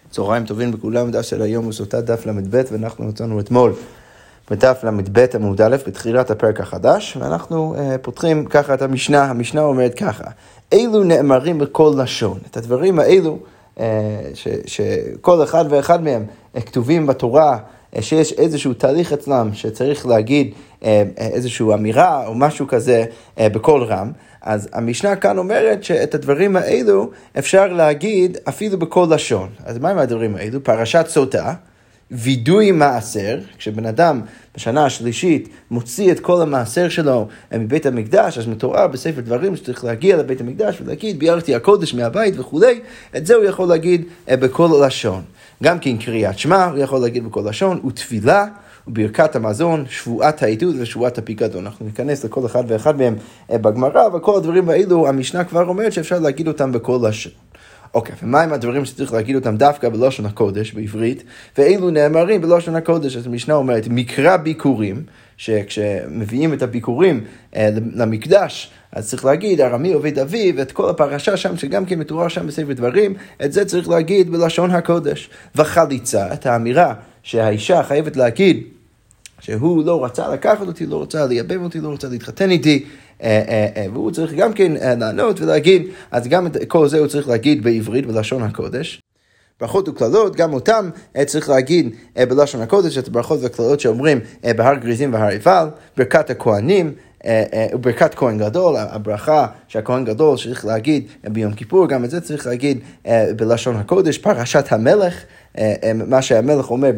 צהריים טובים בכולם, דף של היום הוא סוטה דף למד ואנחנו נוצאנו אתמול בדף למד עמוד א' בתחילת הפרק החדש, ואנחנו פותחים ככה את המשנה. המשנה אומרת ככה: אילו נאמרים בכל לשון. את הדברים האלו שכל אחד ואחד מהם כתובים בתורה, שיש איזשהו תהליך אצלם שצריך להגיד איזושהי אמירה או משהו כזה בכל רם, אז המשנה כאן אומרת שאת הדברים האלו אפשר להגיד אפילו בכל לשון. אז מה עם הדברים האלו? פרשת סוטה, וידוי מעשר, כשבן אדם בשנה השלישית מוציא את כל המעשר שלו מבית המקדש, אז מתואר בספר דברים שצריך להגיע לבית המקדש ולהגיד ביארתי הקודש מהבית וכולי, את זה הוא יכול להגיד בכל לשון. גם כן קריאת שמע הוא יכול להגיד בכל לשון, ותפילה וברכת המזון, שבועת העדות ושבועת הפיקדון. אנחנו ניכנס לכל אחד ואחד מהם בגמרא, וכל הדברים האלו המשנה כבר אומרת שאפשר להגיד אותם בכל לשון. אוקיי, ומה עם הדברים שצריך להגיד אותם דווקא בלשון הקודש בעברית, ואילו נאמרים בלשון הקודש? אז המשנה אומרת מקרא ביקורים, שכשמביאים את הביקורים למקדש, אז צריך להגיד ארמי עובד אביו, ואת כל הפרשה שם שגם כן מתואר שם בספר דברים, את זה צריך להגיד בלשון הקודש. וחליצה, את האמירה שהאישה חייבת להגיד שהוא לא רצה לקחת אותי, לא רצה לייבם אותי, לא רצה להתחתן איתי, והוא צריך גם כן לענות ולהגיד, אז גם את כל זה הוא צריך להגיד בעברית בלשון הקודש. ברכות וכללות, גם אותם צריך להגיד בלשון הקודש, את הברכות והכללות שאומרים בהר גריזים והר עיבל, ברכת הכהנים, וברכת כהן גדול, הברכה שהכהן גדול צריך להגיד ביום כיפור, גם את זה צריך להגיד בלשון הקודש. פרשת המלך, מה שהמלך אומר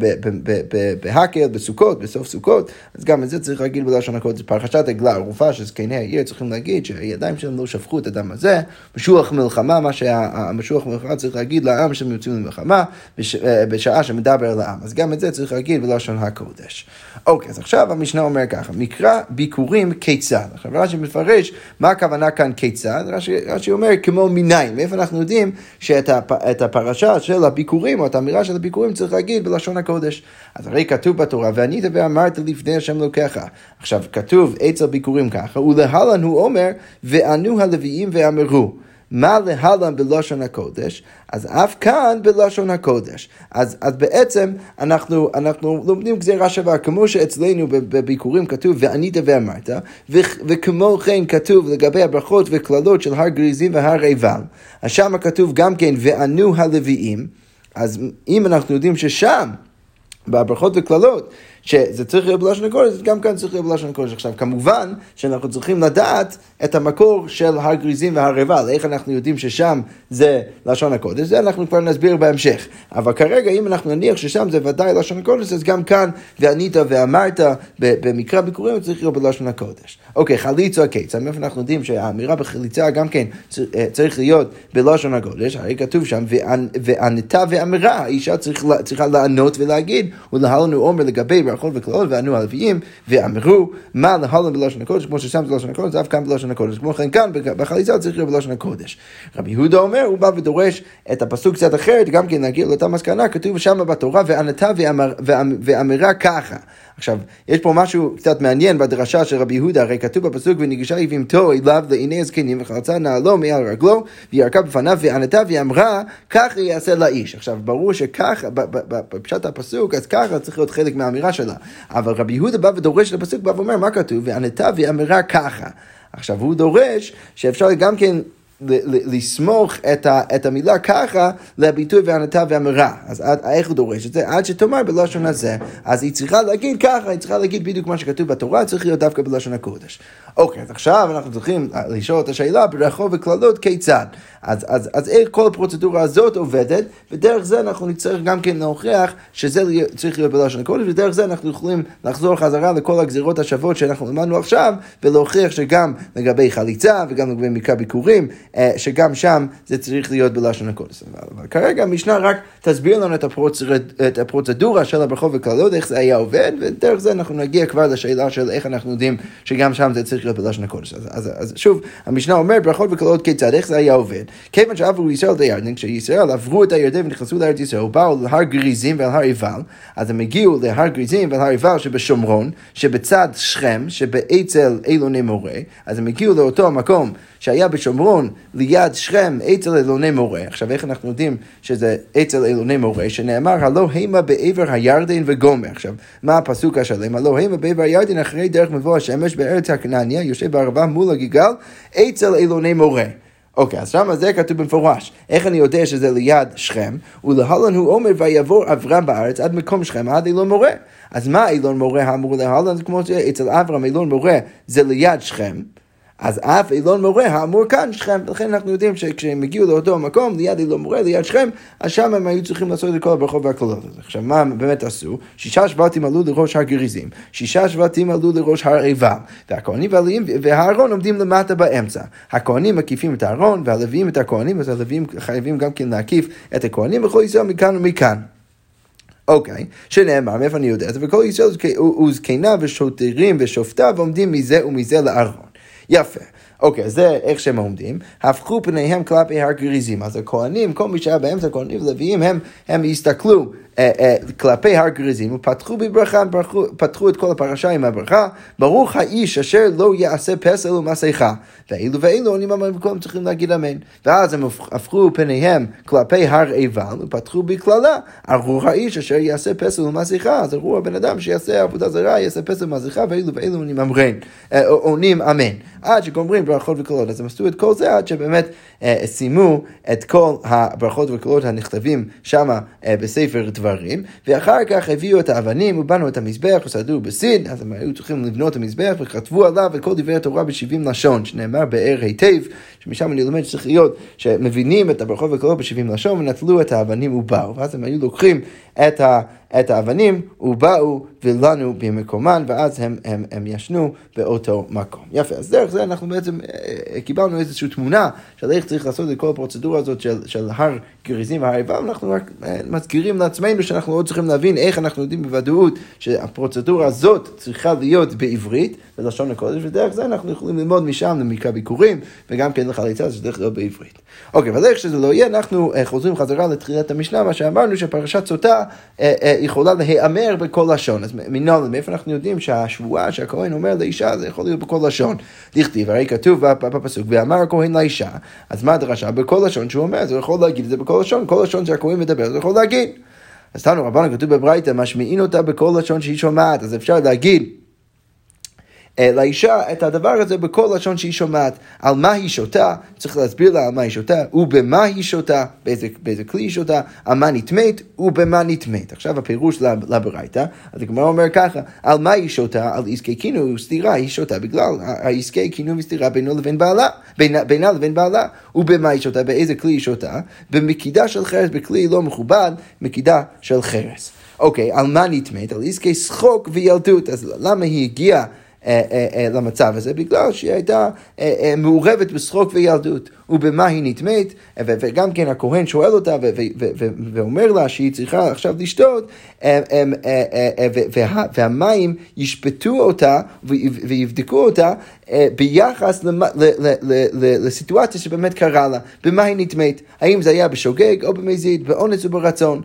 בהקל, בסוכות, בסוף סוכות, אז גם את זה צריך להגיד בלשון הקודש. פרשת עגלה ערופה שזקני העיר צריכים להגיד שהידיים שלהם לא שפכו את הדם הזה. משוח מלחמה, מה שהמשוח מלחמה צריך להגיד לעם שהם יוצאים למלחמה בשעה שמדבר על העם, אז גם את זה צריך להגיד בלשון הקודש. אוקיי, אז עכשיו המשנה אומר ככה: מקרא ביקורים כיצד. עכשיו רש"י מפרש מה הכוונה כאן כיצד. רש"י אומר כמו מניין. מאיפה אנחנו יודעים שאת הפרשה של הביקורים או את האמירה של הביקורים צריך להגיד בלשון הקודש? אז הרי כתוב בתורה וענית ואמרת לפני השם אלוקיך. עכשיו כתוב אצל ביקורים ככה, ולהלן הוא אומר וענו הלוויים ואמרו. מה להלן בלשון הקודש? אז אף כאן בלשון הקודש. אז בעצם אנחנו לומדים גזירה שווה, כמו שאצלנו בביקורים כתוב וענית ואמרת, וכמו כן כתוב לגבי הברכות וכללות של הר גריזים והר עיבל, אז שם כתוב גם כן וענו הלוויים. אז אם אנחנו יודעים ששם בברכות וכללות שזה צריך להיות בלשון הקודש, גם כאן צריך להיות בלשון הקודש. עכשיו כמובן שאנחנו צריכים לדעת את המקור של הר גריזים והר עיבל, איך אנחנו יודעים ששם זה לשון הקודש, זה אנחנו כבר נסביר בהמשך. אבל כרגע אם אנחנו נניח ששם זה ודאי לשון הקודש, אז גם כאן וענית ואמרת במקרא ביקורים צריך להיות בלשון הקודש. אוקיי, חליצה כיצד. מאיפה אנחנו יודעים שהאמירה בחליצה גם כן צריך להיות בלשון הקודש? הרי כתוב שם וענתה ואמרה, האישה צריכה לענות ולהגיד, ולהלן הוא אומר לגבי ברכות וכללות וענו הלוויים ואמרו. מה להלן בלשון הקודש? כמו ששם זה לשון הקודש, אף כאן בלשון הקודש. כמו כן כאן בחליצה צריך להיות בלשון הקודש. רבי יהודה אומר, הוא בא ודורש את הפסוק קצת אחרת, גם כן נגיע לאותה מסקנה, כתוב שם בתורה וענתה ואמרה ככה. עכשיו, יש פה משהו קצת מעניין בדרשה של רבי יהודה, הרי כתוב בפסוק וניגשה יבימתו אליו לעיני הזקנים וחלצה נעלו מעל רגלו וירקה בפניו וענתה ואמרה כך יעשה לאיש. עכשיו, ברור שכך, בפשט הפסוק, אז ככה צריך להיות חלק מהאמירה שלה. אבל רבי יהודה בא ודורש לפסוק, בא ואומר מה כתוב? וענתה ואמרה ככה. עכשיו, הוא דורש שאפשר גם כן לסמוך את המילה ככה לביטוי וענתה ואמרה. אז איך הוא דורש את זה? עד שתאמר בלשון הזה, אז היא צריכה להגיד ככה, היא צריכה להגיד בדיוק מה שכתוב בתורה, צריך להיות דווקא בלשון הקודש. אוקיי, אז עכשיו אנחנו צריכים לשאול את השאלה ברכות וכללות כיצד. אז איך כל הפרוצדורה הזאת עובדת, ודרך זה אנחנו נצטרך גם כן להוכיח שזה צריך להיות בלשון הקודש, ודרך זה אנחנו יכולים לחזור חזרה לכל הגזירות השוות שאנחנו למדנו עכשיו, ולהוכיח שגם לגבי חליצה וגם לגבי מקרא ביקורים, שגם שם זה צריך להיות בלשון הקודש. אבל כרגע המשנה רק תסביר לנו את הפרוצדורה של הברכות וכללות, איך זה היה עובד, ודרך זה אנחנו נגיע כבר לשאלה של איך אנחנו יודעים שגם שם זה צריך להיות בלשון הקודש. אז שוב, המשנה אומר ברכות וכללות כיצד, איך זה היה עובד? כיוון שעברו ישראל את הירדן, כשישראל עברו את הירדן ונכנסו לארץ ישראל, באו להר גריזים ועל הר עיבל, אז הם הגיעו להר גריזים ועל הר עיבל שבשומרון, שבצד שכם, שבאצל אילוני מורה, אז הם הגיעו לאותו המקום שהיה בשומרון ליד שכם אצל אלוני מורה. עכשיו איך אנחנו יודעים שזה אצל אלוני מורה, שנאמר הלא המה בעבר הירדן וגומר. עכשיו מה הפסוק השלם? הלא המה בעבר הירדן אחרי דרך מבוא השמש בארץ הכנעניה, יושב בערבה מול הגיגל אצל אלוני מורה. אוקיי, אז שם זה כתוב במפורש. איך אני יודע שזה ליד שכם? ולהלן הוא אומר ויעבור אברהם בארץ עד מקום שכם עד אילון מורה. אז מה אילון מורה האמור להלן? זה כמו שאצל אברהם אילון מורה זה ליד שכם. אז אף אילון מורה האמור כאן שכם, ולכן אנחנו יודעים שכשהם הגיעו לאותו מקום, ליד אילון מורה, ליד שכם, אז שם הם היו צריכים לעשות את כל הברכות והכללות. עכשיו, מה באמת עשו? 6 שבטים עלו לראש הר גריזים, 6 שבטים עלו לראש הר עיבל, והכהנים והארון עומדים למטה באמצע. הכהנים מקיפים את הארון, והלוויים את הכהנים, אז הלוויים חייבים גם כן להקיף את הכהנים, וכל ישראל מכאן ומכאן. אוקיי, שנאמר, מאיפה אני יודע את זה? וכל ישראל וזקניו ושוטרים ושופטיו עומדים מזה ומזה לארון. יפה. אוקיי, זה איך שהם עומדים. הפכו פניהם כלפי הר גריזים. אז הכהנים, כל מי שהיה באמצע, הכהנים ולוויים, הם הסתכלו כלפי הר גריזים, ופתחו בברכה, פתחו את כל הפרשה עם הברכה, ברוך האיש אשר לא יעשה פסל ומסכה. ואילו עונים המקום צריכים להגיד אמן. ואז הם הפכו פניהם כלפי הר עיבל, ופתחו בקללה, ברוך האיש אשר יעשה פסל ומסכה. אז הרוח הבן אדם שיעשה עבודה זרה, יעשה פסל ומסכה, ואילו עונים אמן. עד שגומרים ברכות וקללות. אז הם עשו את כל זה עד שבאמת סיימו את כל הברכות וקללות הנכתבים שם בספר דברים, ואחר כך הביאו את האבנים ובנו את המזבח וסעדו בסיד. אז הם היו צריכים לבנות את המזבח וכתבו עליו את כל דברי התורה ב70 לשון, שנאמר באר היטב, שמשם אני לומד שצריך להיות שמבינים את הברכות וקללות ב70 לשון, ונטלו את האבנים ובאו. ואז הם היו לוקחים את האבנים ובאו ולנו במקומן, ואז הם ישנו באותו מקום. יפה, אז דרך זה אנחנו בעצם קיבלנו איזושהי תמונה של איך צריך לעשות את כל הפרוצדורה הזאת של הר גריזים והר עיבל. אנחנו רק מזכירים לעצמנו שאנחנו עוד צריכים להבין איך אנחנו יודעים בוודאות שהפרוצדורה הזאת צריכה להיות בעברית, בלשון הקודש, ודרך זה אנחנו יכולים ללמוד משם למקרא ביקורים, וגם כן לחליצה שצריך להיות בעברית. אוקיי, אבל איך שזה לא יהיה, אנחנו חוזרים חזרה לתחילת המשנה, מה שאמרנו שפרשת סוטה יכולה להיאמר בכל לשון. אז מנהל, מאיפה אנחנו יודעים שהשבועה שהכהן אומר לאישה, זה יכול להיות בכל לשון. דכתיב, הרי כתוב בפסוק, ואמר הכהן לאישה, אז מה הדרשה? בכל לשון שהוא אומר, זה יכול להגיד את זה בכל לשון, כל לשון שהכהן מדבר, זה יכול להגיד. אז תנו רבנו כתוב בברייתא, משמיעין אותה בכל לשון שהיא שומעת, אז אפשר להגיד לאישה את הדבר הזה בכל לשון שהיא שומעת. על מה היא שותה, צריך להסביר לה על מה היא שותה, ובמה היא שותה, באיזה כלי היא שותה, על מה נטמאת ובמה נטמאת. עכשיו הפירוש לברייתא, אז הגמרא אומר ככה, על מה היא שותה, על עסקי קינו וסתירה, היא שותה בגלל העסקי קינו וסתירה בינה לבין בעלה, ובמה היא שותה, באיזה כלי היא שותה, במקידה של חרס, בכלי לא מכובד, מקידה של חרס. אוקיי, על מה נטמאת? על עסקי שחוק וילדות. אז למה היא הגיעה למצב הזה? בגלל שהיא הייתה מעורבת בשחוק וילדות. ובמה היא נטמאת? וגם כן הכהן שואל אותה ואומר לה שהיא צריכה עכשיו לשתות, והמים ישפטו אותה ויבדקו אותה ביחס לסיטואציה שבאמת קרה לה. במה היא נטמאת? האם זה היה בשוגג או במזיד, באונס או ברצון?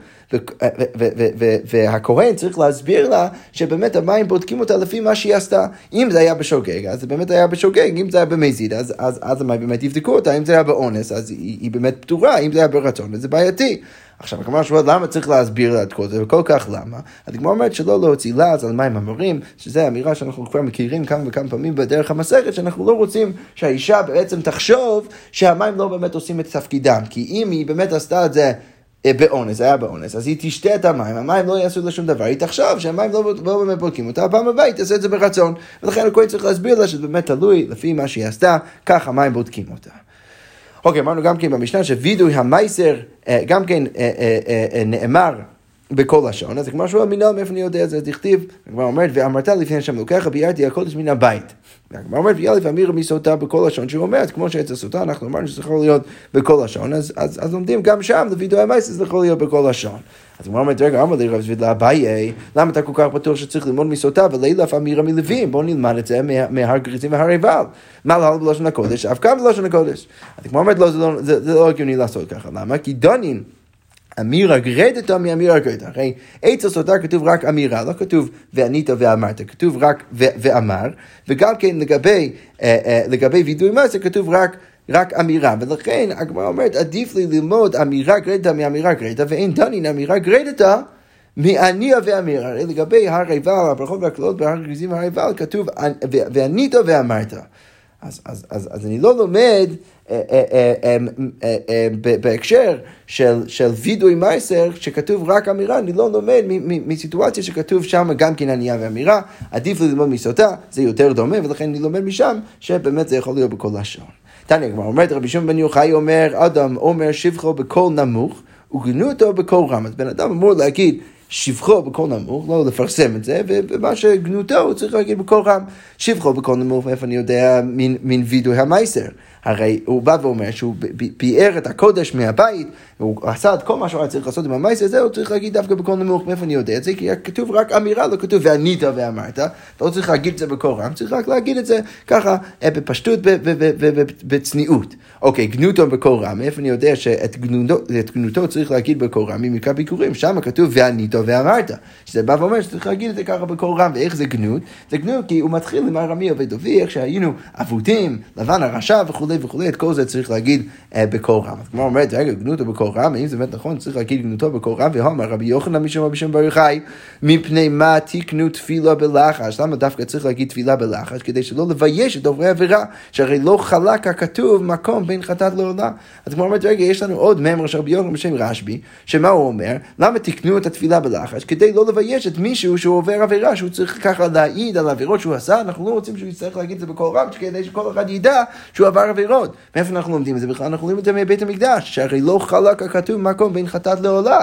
והכהן צריך להסביר לה שבאמת המים בודקים אותה לפי מה שהיא עשתה. אם זה היה בשוגג, אז זה באמת היה בשוגג. אם זה היה במזיד, אז המים באמת יבדקו אותה. אם זה היה באונס, אז היא באמת פתורה. אם זה היה ברצון, אז זה בעייתי. עכשיו, כלומר שואל, למה צריך להסביר לה את כל זה, וכל כך למה? הדגמרא אומרת שלא להוציא לעז על מים המרים, שזה אמירה שאנחנו כבר מכירים כמה וכמה פעמים בדרך המסכת, שאנחנו לא רוצים שהאישה בעצם תחשוב שהמים לא באמת עושים את תפקידם, כי אם היא באמת עשתה את זה באונס, היה באונס, אז היא תשתה את המים לא יעשו לה שום דבר, היא תחשוב שהמים לא באמת בודקים אותה, הפעם הבאה היא תעשה את זה ברצון, ולכן הכהן צריך להסביר לה שזה באמת תלוי לפי מה שהיא עשתה, כך המים בודקים אותה. אוקיי, אמרנו גם כן במשנה שווידוי המייסר גם כן נאמר בכל לשון. אז כמו שהוא המינל, מאיפה אני יודע את זה? תכתיב, כמו אומרת, ואמרת לפני שם לוקחה, ביארתי הקודש מן הבית. כמו אומרת, ויאלף אמיר מסוטה בכל לשון, שהוא אומרת, כמו שאצל סוטה, אנחנו אמרנו שזה יכול להיות בכל לשון, אז לומדים גם שם, לווידוי המייסר זה יכול להיות בכל לשון. אז הוא אומר, רגע, אמר לי רב זביד לאביי, למה אתה כל כך בטוח שצריך ללמוד מסוטה, ולילף אמירה מלווים? בואו נלמד את זה מהר גריזים והר עיבל. מה להל בלשון הקודש? אף כאן בלשון הקודש. אז כמו אומרת, זה לא הגיוני לעשות ככה. למה? כי דונין, אמירה גרדתה מאמירה גרדתה. הרי אצל סוטה כתוב רק אמירה, לא כתוב וענית ואמרת, כתוב רק ואמר, וגם כן לגבי וידוי מייסר כתוב רק רק אמירה, ולכן הגמרא אומרת, עדיף לי ללמוד אמירה גרידא מאמירה גרידא, ואין דנין אמירה גרידא מעניה ואמיר. הרי לגבי הר עיבל, הברכות והקללות בהר גריזים והר עיבל, כתוב וענית ואמרת. אז אני לא לומד בהקשר של וידוי מייסר שכתוב רק אמירה, אני לא לומד מסיטואציה שכתוב שם גם כן עניה ואמירה, עדיף לי ללמוד מסוטה, זה יותר דומה, ולכן אני לומד משם שבאמת זה יכול להיות בכל לשון. תניא כבר אומרת, רבי שמעון בן יוחאי אומר, אדם אומר שבחו בקול נמוך וגנותו בקול רם. אז בן אדם אמור להגיד שבחו בקול נמוך, לא לפרסם את זה, ומה שגנותו הוא צריך להגיד בקול רם. שבחו בקול נמוך, מאיפה אני יודע מן וידוי המייסר? הרי הוא בא ואומר שהוא ביאר את הקודש מהבית, והוא עשה את כל מה שהוא צריך לעשות עם המייסר הזה, הוא צריך להגיד דווקא בקול נמוך, מאיפה אני יודע את זה? כי כתוב רק אמירה, לא כתוב וענית ואמרת, לא צריך להגיד את זה בקול רם, צריך רק להגיד את זה ככה בפשטות ובצניעות. אוקיי, גנותו בקול רם, מאיפה אני יודע שאת גנותו צריך להגיד בקול רם, ממקרא ביכורים, שם כתוב וענית ואמרת, שזה בא ואומר שצריך להגיד את זה ככה בקול רם, ואיך זה גנות? זה גנות כי הוא מתחיל עם ארמי ודובי, איך שהיינו אבודים, לבן הרשע וכו', את כל זה צריך להגיד בקול רם. כמו אומרת, רגע, גנותו בקול רם, האם זה באמת נכון? צריך להגיד גנותו בקול רם, ואומר רבי יוחנן משום רבי שמעון בר יוחאי, מפני מה תקנו תפילה בלחש? למה דווקא צריך להגיד תפילה בלחש? כדי שלא לבייש את דוברי עבירה, שהרי לא חלק הכתוב מקום בין חטאת לעולה. אז כמו אומרת, רגע, יש לנו עוד מאמר של רבי יוחנן בשם רשב"י, שמה הוא אומר? למה תקנו את התפילה בלחש? כדי לא לבייש את מישהו שהוא עובר עבירה, שהוא צריך ככה להעיד על העבירות שהוא עשה, אנחנו לא רוצים שהוא יצטרך להגיד את זה בקול רם, כדי שכל אחד ידע שהוא עבר עבירות. מאיפה אנחנו לומדים את זה? בכלל אנחנו לומדים את זה מבית המקדש, שהרי לא חלק הכתוב מקום בין חטאת לעולה.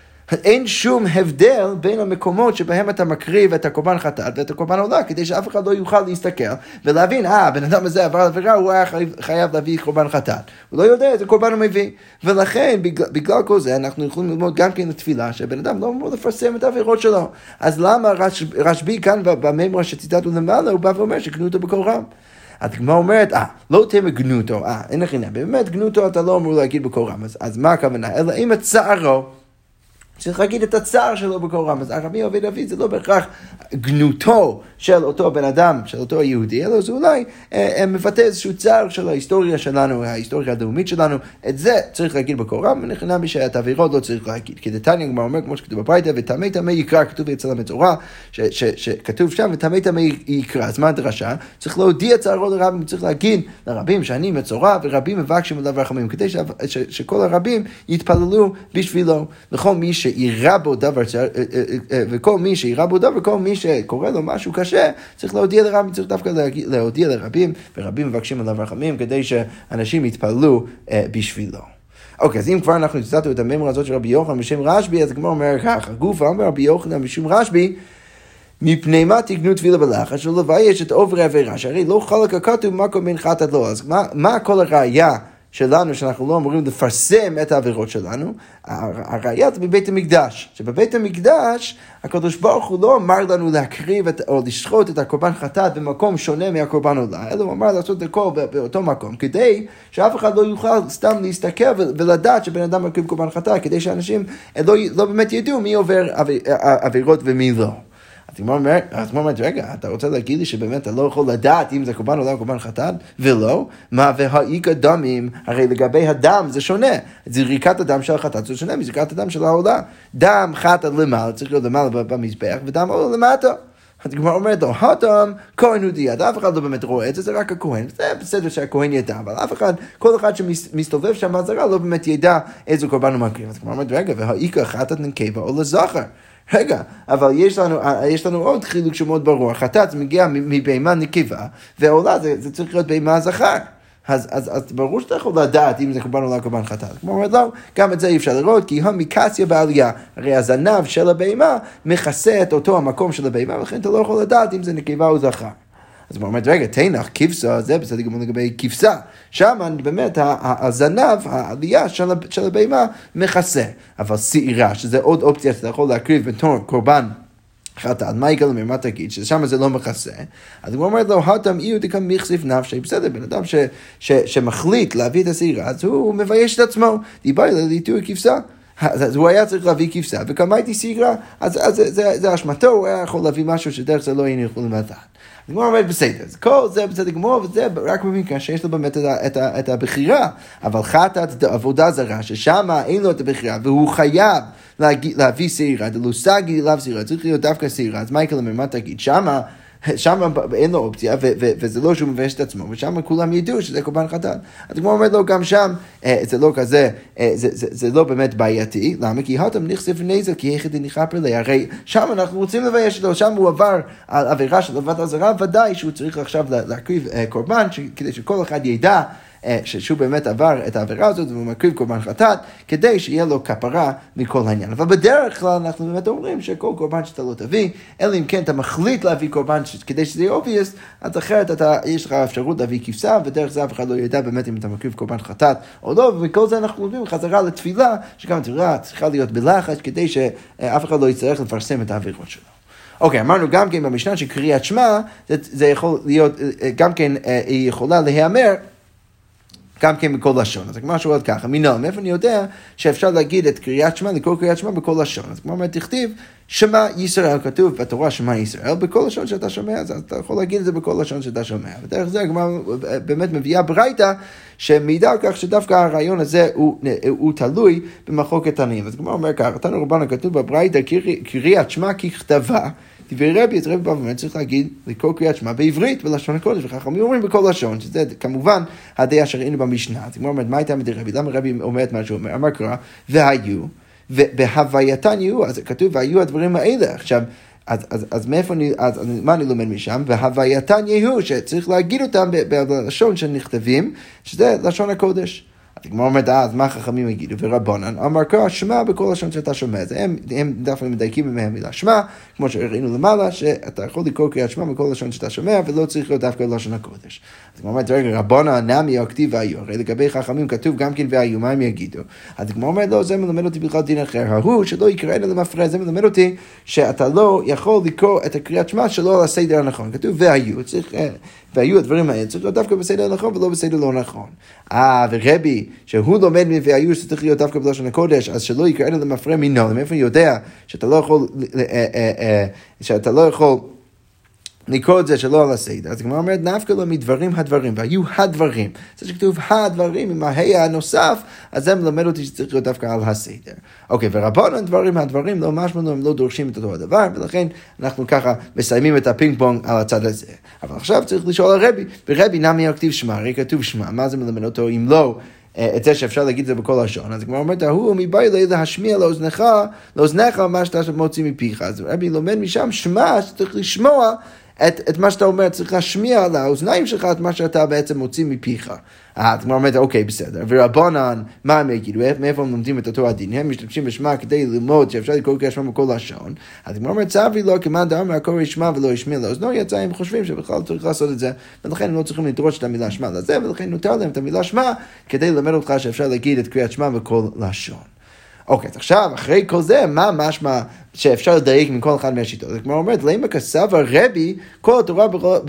אין שום הבדל בין המקומות שבהם אתה מקריב את הקורבן חטאת ואת הקורבן עולה, כדי שאף אחד לא יוכל להסתכל ולהבין, בן אדם הזה עבר עבירה, הוא היה חייב להביא קורבן חטאת. הוא לא יודע איזה קורבן הוא מביא. ולכן, בגלל כל זה, אנחנו יכולים ללמוד גם כן לתפילה, שבן אדם לא אמור לפרסם את העבירות שלו. אז למה רשב"י כאן במאמר שציטטנו למעלה, הוא בא ואומר שגנותו בקול רם? הגמרא אומרת, לא תהיה גנותו, אין לך עניין, באמת גנותו אתה לא אמור להגיד בקול רם, אז מה הכוונה? אלא אם הצערו, צריך להגיד את הצער שלו בקול רם, אז ארמי עובד אבי זה לא בהכרח גנותו של אותו בן אדם, של אותו יהודי, אלא זה אולי מבטא איזשהו צער של ההיסטוריה שלנו, ההיסטוריה הדרומית שלנו, את זה צריך להגיד בקול רם, ונכנע שאת האווירות לא צריך להגיד, כי דתניא כבר אומר, כמו שכתוב בברייתא, וטמא טמא יקרא, כתוב אצל המצורע, שכתוב שם, וטמא טמא יקרא, אז מה הדרשה? צריך להודיע צערו לרבים, צריך להגיד לרבים שאני מצורע, ורבים מבקשים עליו רחמים, כדי שכל הרבים יתפללו בשבילו, וכל מי שיראה בו דבר, וכל מי שיראה בו דבר, וכל מי שקורא לו משהו קשה, צריך להודיע לרבים, צריך דווקא להודיע לרבים, ורבים מבקשים עליו רחמים, כדי שאנשים יתפללו בשבילו. אוקיי, אז אם כבר אנחנו הצטטנו את המאמר הזאת של רבי יוחנן בשם רשב"י, אז כמו אומר ככה, גופה אומר רבי יוחנן בשם רשב"י, מפני מה תקנו תפילה בלחש, ולבייש את עוברי עבירה, שהרי לא חלק הכתוב מקום בין חטאת לו. אז מה כל הראיה שלנו, שאנחנו לא אמורים לפרסם את העבירות שלנו? הראיה זה בבית המקדש, שבבית המקדש הקדוש ברוך הוא לא אמר לנו להקריב או לשחוט את הקורבן חטאת במקום שונה מהקורבן עולה, אלא הוא אמר לעשות את הכל באותו מקום, כדי שאף אחד לא יוכל סתם להסתכל ולדעת שבן אדם מקריב קורבן חטאת, כדי שאנשים לא באמת ידעו מי עובר עבירות ומי לא. אז כמו אומרת, רגע, אתה רוצה להגיד לי שבאמת אתה לא יכול לדעת אם זה קורבן עולה או קורבן חטאת? ולא, מה והאיק הדמים, הרי לגבי הדם זה שונה, זריקת הדם של החטאת זה שונה מזריקת הדם של העולה. דם חטאת למעלה, צריך להיות למעלה במזבח, ודם עולה למטה. אז כבר אומרת לו, הדם כהן הוא דיד, אף אחד לא באמת רואה את זה, זה רק הכהן, זה בסדר שהכהן ידע, אבל אף אחד, כל אחד שמסתובב שם מהזרה לא באמת ידע איזה קורבן הוא מקריב. אז כבר אומרת, רגע, והאיק חטאת נקבה או לזכר. רגע, אבל יש לנו עוד חילוק שמאוד ברור, חטאת מגיע מבהמה נקבה, ועולה זה צריך להיות בהמה זכר. אז ברור שאתה יכול לדעת אם זה קורבן עולה או קורבן חטאת. כמו אומרת, לא, גם את זה אי אפשר לראות, כי המיקסיה בעלייה, הרי הזנב של הבהמה מכסה את אותו המקום של הבהמה, ולכן אתה לא יכול לדעת אם זה נקבה או זכר. אז הוא אומר, רגע, תנח, כבשה, זה בסדר גמור לגבי כבשה. שם באמת הזנב, העלייה של הבהמה מכסה. אבל שעירה, שזה עוד אופציה שאתה יכול להקריב בתור קורבן חטאת, מה יגלה מה תגיד, ששם זה לא מכסה. אז הוא אומר לו, התם אי דקם מכסיף נפשי, בסדר, בן אדם שמחליט להביא את השעירה, אז הוא מבייש את עצמו, דיבר ליטוי כבשה. אז הוא היה צריך להביא כבשה, וקמייתי סיגרא, אז זה אשמתו, הוא היה יכול להביא משהו שדרך זה לא היינו יכולים לדעת. אז הגמרא אומרת בסדר, אז כל זה בסדר גמור, וזה רק במקרה שיש לו באמת את הבחירה, אבל חטאת עבודה זרה, ששם אין לו את הבחירה, והוא חייב להביא שעירה, דלוסגי לאו שעירה, צריך להיות דווקא שעירה, אז מייקל אומר, מה תגיד? שם אין לו אופציה, וזה לא שהוא מבייש את עצמו, ושם כולם ידעו שזה קורבן חטאת. אז כמו אומרת לו, גם שם זה לא כזה, זה לא באמת בעייתי. למה? כי התם נכסף נזל, כי יחד נכפר לי. הרי שם אנחנו רוצים לבייש אותו, שם הוא עבר על עבירה של עבודת זרה, ודאי שהוא צריך עכשיו להקריב קורבן, כדי שכל אחד ידע שהוא באמת עבר את העבירה הזאת, והוא מקריב קורבן חטאת, כדי שיהיה לו כפרה מכל העניין. אבל בדרך כלל אנחנו באמת אומרים שכל קורבן שאתה לא תביא, אלא אם כן אתה מחליט להביא קורבן כדי שזה יהיה obvious, אז אחרת יש לך אפשרות להביא כבשה, ודרך זה אף אחד לא ידע באמת אם אתה מקריב קורבן חטאת או לא, ומכל זה אנחנו לומדים חזרה לתפילה, שגם התפילה צריכה להיות בלחץ, כדי שאף אחד לא יצטרך לפרסם את העבירות שלו. אוקיי, אמרנו גם כן במשנה שקריאת שמע, זה יכול להיות, גם כן היא יכולה להיאמר, גם כן בכל לשון. אז כמו שואלת ככה, מאיפה אני יודע שאפשר להגיד את קריאת שמע, לקרוא קריאת שמע בכל לשון? אז כמו אומרת, תכתיב, שמע ישראל, כתוב בתורה שמע ישראל, בכל לשון שאתה שומע, אז אתה יכול להגיד את זה בכל לשון שאתה שומע. ודרך זה, כמו באמת מביאה ברייתא, שמעידה על כך שדווקא הרעיון הזה הוא תלוי במחלוקת תנאים. אז כמו אומר ככה, תנו רבנן כתוב בברייתא, קריאת שמע ככתבה, דברי רבי, את רבי בא ואומר, צריך להגיד, לקרוא קריאת שמע בעברית, בלשון הקודש, וחכמים אומרים בכל לשון, שזה כמובן הדעה שראינו במשנה. אז כמו אומרת, מה הייתה מדי רבי? למה רבי אומר את מה שהוא אומר? אמר קרא, והיו, ובהווייתן יהיו, אז כתוב, והיו הדברים האלה. עכשיו, אז מאיפה מה אני לומד משם? והווייתן יהיו, שצריך להגיד אותם בלשון שנכתבים, שזה לשון הקודש. כמו אומרת, אז מה חכמים יגידו? ורבונן, אמר קרא, שמע בכל לשון שאתה שומע. הם דווקא מדייקים מהמילה שמע, כמו שראינו למעלה, שאתה יכול לקרוא קריאת שמע בכל לשון שאתה שומע, ולא צריך להיות דווקא לשון הקודש. אז כמו אומרת, רגע, רבונן, נמי, הכתיב והיו. הרי לגבי חכמים כתוב גם כן והיו, מה הם יגידו? אז כמו אומרת, לא, זה מלמד אותי בכלל דין אחר. ההוא שלא יקראנה למפרע, זה מלמד אותי שאתה לא יכול לקרוא את הקריאת שמע שלא על הסדר הנכון. כתוב והיו, והיו הדברים האלה, צריך להיות דווקא בסדר הנכון ולא בסדר לא נכון. ורבי, שהוא לומד והיו שצריך להיות דווקא בלשון הקודש, אז שלא יקראנה למפרע מינו, מאיפה יודע שאתה לא יכול לקרוא את זה שלא על הסדר. אז כמו אומרת, נפקא לו מדברים הדברים, והיו הדברים. זה שכתוב הדברים, עם ההי הנוסף, אז זה מלמד אותי שצריך להיות דווקא על הסדר. אוקיי, ורבונן דברים, הדברים, לא משמענו, הם לא דורשים את אותו הדבר, ולכן אנחנו ככה מסיימים את הפינג פונג על הצד הזה. אבל עכשיו צריך לשאול על רבי, ורבי נמי הכתיב שמע, הרי כתוב שמע, מה זה מלמד אותו אם לא את זה שאפשר להגיד את זה בכל לשון? אז כמו אומרת, הוא מבאי לי להשמיע לאוזניך מה שאתה מוציא מפיך. אז רבי לומד משם שמע, שצריך לשמוע את מה שאתה אומר, צריך להשמיע לאוזניים שלך את מה שאתה בעצם מוציא מפיך. אז כמו אומרת, אוקיי, בסדר. ורבונן, מה הם יגידו? מאיפה הם לומדים את אותו הדין? הם משתמשים בשמע כדי ללמוד שאפשר לקרוא קריאת שמע בכל לשון. אז כמו אומרת, צווי לו כמאן דאמר הקורא ישמע ולא ישמיע לאוזנו, יצא הם חושבים שבכלל צריך לעשות את זה, ולכן הם לא צריכים לדרוש את המילה שמע לזה, ולכן נותר להם את המילה שמע כדי ללמד אותך שאפשר להגיד את קריאת שמע בכל לשון. אוקיי, אז עכשיו, אחרי כל זה, מה משמע שאפשר לדייק מכל אחד מהשיטות? זה כמו אומרת, למה כסב הרבי, כל התורה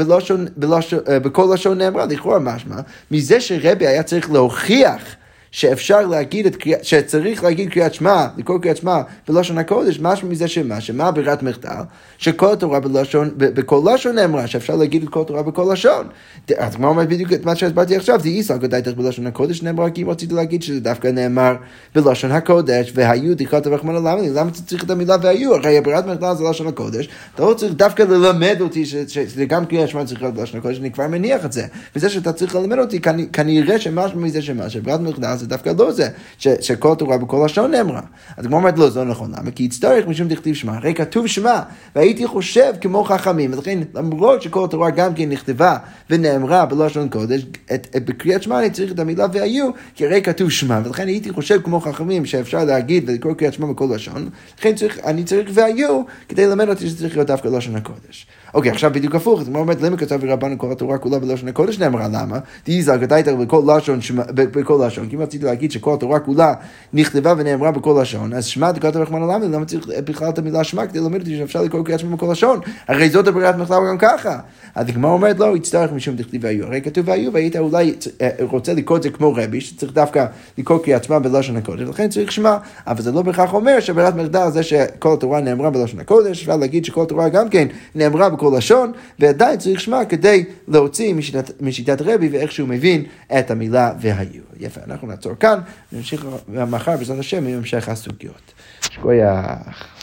בכל לשון נאמרה, לכאורה משמע, מזה שרבי היה צריך להוכיח שאפשר להגיד שצריך להגיד קריאת שמע, לקרוא קריאת שמע בלשון הקודש, משהו מזה שמה ברירת מחדל, שכל התורה בכל לשון נאמרה, שאפשר להגיד את כל התורה בכל לשון. אז כמו אומרת בדיוק את מה שהסברתי עכשיו, זה איסר גדייתך בלשון הקודש נאמרה, כי אם רציתי להגיד שזה דווקא נאמר בלשון הקודש, והיו דקת הרחמנא למה אתה צריך את המילה והיו? הרי ברירת מחדל זה לשון הקודש, אתה לא צריך דווקא ללמד אותי שגם קריאת שמע צריך להיות בלשון הקודש, אני כבר מניח את זה. וזה שאתה צריך ללמד אותי, כנראה שמשהו מזה שברירת מחדל זה דווקא לא זה, שכל התורה בכל לשון נאמרה. אז כמו אומרת, לא, זה לא נכון. למה? כי יצטרך משום דכתיב שמע. הרי כתוב שמע, והייתי חושב כמו חכמים. ולכן, למרות שכל התורה גם כן נכתבה ונאמרה בלשון קודש, בקריאת שמע אני צריך את המילה והיו, כי הרי כתוב שמע. ולכן הייתי חושב כמו חכמים שאפשר להגיד ולקרוא קריאת שמע בכל לשון. לכן אני צריך והיו, כדי ללמד אותי שצריך להיות דווקא לשון הקודש. אוקיי, עכשיו בדיוק הפוך, זאת אומרת, למה כתב ורבנו כל התורה כולה בלשון הקודש נאמרה, למה? דאיזא גדייתא בכל לשון, כי אם רציתי להגיד שכל התורה כולה נכתבה ונאמרה בכל לשון, אז שמע דקתא רחמנא למה, למה צריך בכלל את המילה שמע, כדי ללמד אותי שאפשר לקרוא קריאת שמע בכל לשון, הרי זאת הברירת מחלקה גם ככה. אז הגמרא אומרת לא, יצטרך משום דכתיב והיו, הרי כתוב והיו, והיית אולי רוצה לקרוא את זה כמו רבי, שצריך דווקא לקרוא קריאת שמע בלשון הקודש, לכן צריך שמע, אבל זה לא בהכרח אומר שברירת מחדל זה שכל התורה נאמרה בלשון הקודש, אפשר להגיד שכל התורה גם כן נאמרה בכל לשון, ועדיין צריך שמע כדי להוציא משיטת רבי ואיך שהוא מבין את המילה והיו. יפה, אנחנו נעצור כאן, נמשיך מחר בעזרת השם עם המשך הסוגיות. שכוייח.